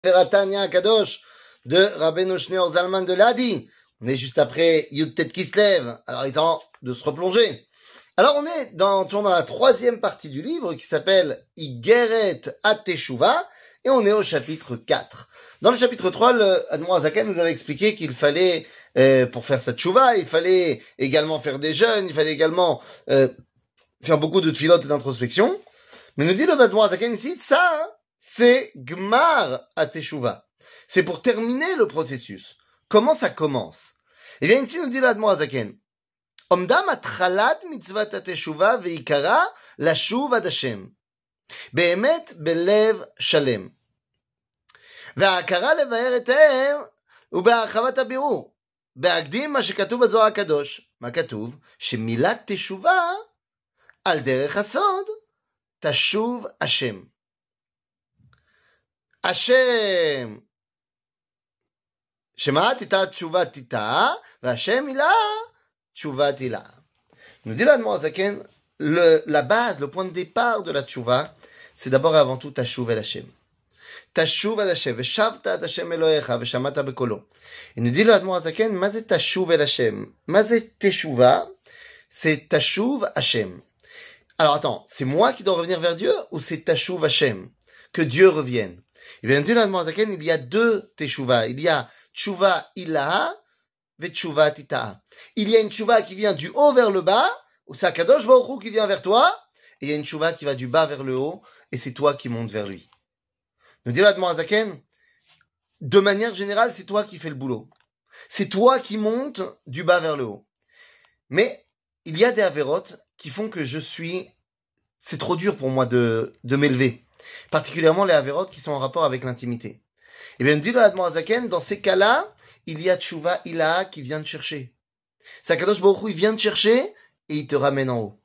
Tanya Kadosh de Rabbeinu Shneor Zalman de Ladi. On est juste après Yud Tet Kislev. Alors il est temps de se replonger. Alors on est toujours dans la troisième partie du livre qui s'appelle Igeret Ateshuva et on est au chapitre 4. Dans le chapitre 3, le Admor Azaken nous avait expliqué qu'il fallait, pour faire sa tchouva, il fallait également faire des jeûnes, il fallait également faire beaucoup de tfilotes et d'introspection. Mais nous dit le Admor Azaken ici, ça, c'est Gmar Ateshuva. C'est pour terminer le processus. Comment ça commence? Eh bien ici nous dit le Admor Azaken, Omdam atchalat mitzvat ateshuva veikara lashuv ad Hashem. באמת בלב שלם. וההכרה לבאר את האם הוא בהרחבת הבירור. בהקדים מה שכתוב בזוהר הקדוש. מה כתוב? שמילת תשובה על דרך הסוד תשוב השם. השם. שמה תיתה תשובה תיתה, והשם מילה תשובה תילה. nous dit l'Admor Azaken, la base, le point de départ de la tchouva, c'est d'abord et avant tout Tashuv el Hashem. Tashuv el Hashem, Veshavta ad Hashem Elohecha, Veshamata bekolo. Il nous dit le Admor Azaken, מה זה Tashuv el Hashem? מה זה Teshuva? C'est Tashuv Hashem. Alors attends, c'est moi qui dois revenir vers Dieu ou c'est Tashuv Hashem? Que Dieu revienne. Et bien dit le Admor Azaken, il y a deux Teshuva. Il y a Tshuva ilaha, Vetshuva titaha. Il y a une Tshuva qui vient du haut vers le bas, ou c'est Akadosh Baruch Hu qui vient vers toi, et il y a une Tshuva qui va du bas vers le haut, et c'est toi qui montes vers lui. Nous dit l'Admor Azaken, de manière générale, c'est toi qui fais le boulot. C'est toi qui montes du bas vers le haut. Mais il y a des avérotes qui font que c'est trop dur pour moi de m'élever. Particulièrement les avérotes qui sont en rapport avec l'intimité. Et bien, nous dit l'Admor Azaken, dans ces cas-là, il y a Tshuva ilaha qui vient te chercher. C'est Akadosh Baruch Hu, il vient te chercher, et il te ramène en haut.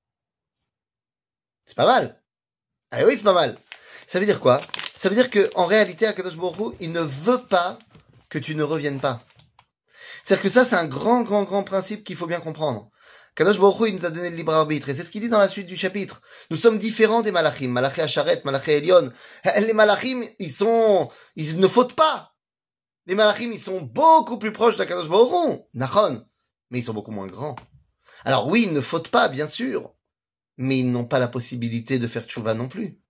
C'est pas mal. Ah oui, c'est pas mal. Ça veut dire quoi? Ça veut dire que en réalité, Akadosh Baruch Hu, il ne veut pas que tu ne reviennes pas. C'est-à-dire que ça, c'est un grand principe qu'il faut bien comprendre. Akadosh Baruch Hu, il nous a donné le libre arbitre. Et c'est ce qu'il dit dans la suite du chapitre. Nous sommes différents des malachim. Malaché Asharet, Malaché Elion. Les malachim, ils ne fautent pas. Les malachim, ils sont beaucoup plus proches d'Akadosh Baruch Hu. Nachon. Mais ils sont beaucoup moins grands. Alors oui, ils ne fautent pas, bien sûr. Mais ils n'ont pas la possibilité de faire tchouva non plus.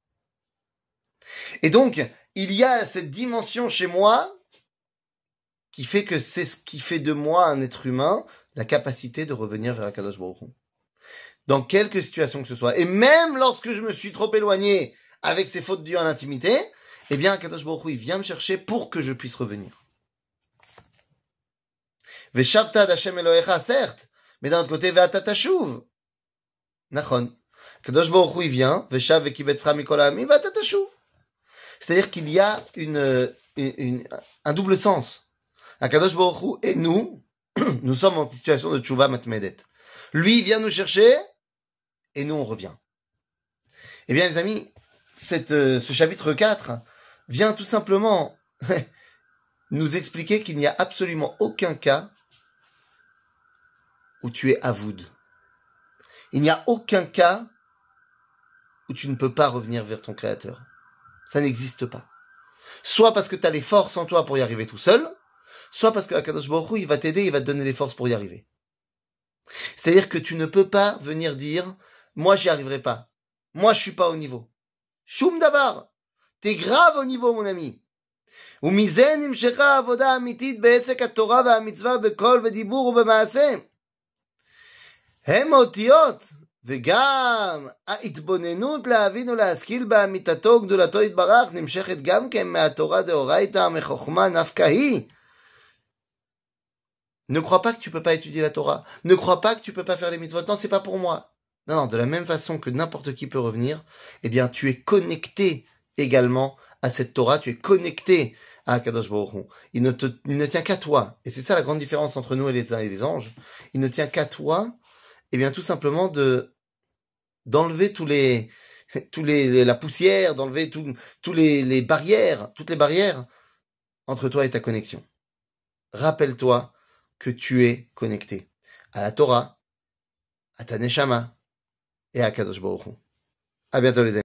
Et donc, il y a cette dimension chez moi qui fait que c'est ce qui fait de moi un être humain, la capacité de revenir vers Akadosh Baruch Hu. Dans quelque situation que ce soit. Et même lorsque je me suis trop éloigné avec ces fautes dues à l'intimité, eh bien, Akadosh Baruch Hu, il vient me chercher pour que je puisse revenir. Veshavta ad Hashem Elohecha, certes, mais d'un autre côté, ve'ata tashuv. Nachon. Kadosh Baruch Hu, il vient, veshav vekibetzra mikol ha'amim, ve'ata tashuv. C'est-à-dire qu'il y a un double sens. Kadosh Baruch Hu et nous sommes en situation de tchouva matmedet. Lui, il vient nous chercher, et nous, on revient. Eh bien, les amis, ce chapitre 4 vient tout simplement nous expliquer qu'il n'y a absolument aucun cas où tu es avoud. Il n'y a aucun cas où tu ne peux pas revenir vers ton Créateur. Ça n'existe pas. Soit parce que tu as les forces en toi pour y arriver tout seul, soit parce que Akadosh Baruch Hu, il va t'aider, il va te donner les forces pour y arriver. C'est-à-dire que tu ne peux pas venir dire « Moi, j'y arriverai pas. Moi, je suis pas au niveau. » Shum davar. T'es grave au niveau, mon ami. ומזה נמשכה העבודה האמיתית בעסק התורה והמצווה בקול ודיבור ובמעשה. הם האותיות, וגם ההתבוננות להבין ולהשכיל באמיתתו וגדולתו יתברך נמשכת גם כן מהתורה דאורייתא מחוכמה נפקא היא. Ne crois pas que tu peux pas étudier la Torah. Ne crois pas que tu peux pas faire les mitzvot. Non, c'est pas pour moi. Non, de la même façon que n'importe qui peut revenir, eh bien, tu es connecté également à cette Torah, tu es connecté à Akadosh Baruch Hu. Il ne tient qu'à toi. Et c'est ça la grande différence entre nous et les anges. Il ne tient qu'à toi, eh bien, tout simplement d'enlever la poussière, d'enlever toutes les barrières entre toi et ta connexion. Rappelle-toi que tu es connecté à la Torah, à ta Neshama et à Akadosh Baruch Hu. À bientôt les amis.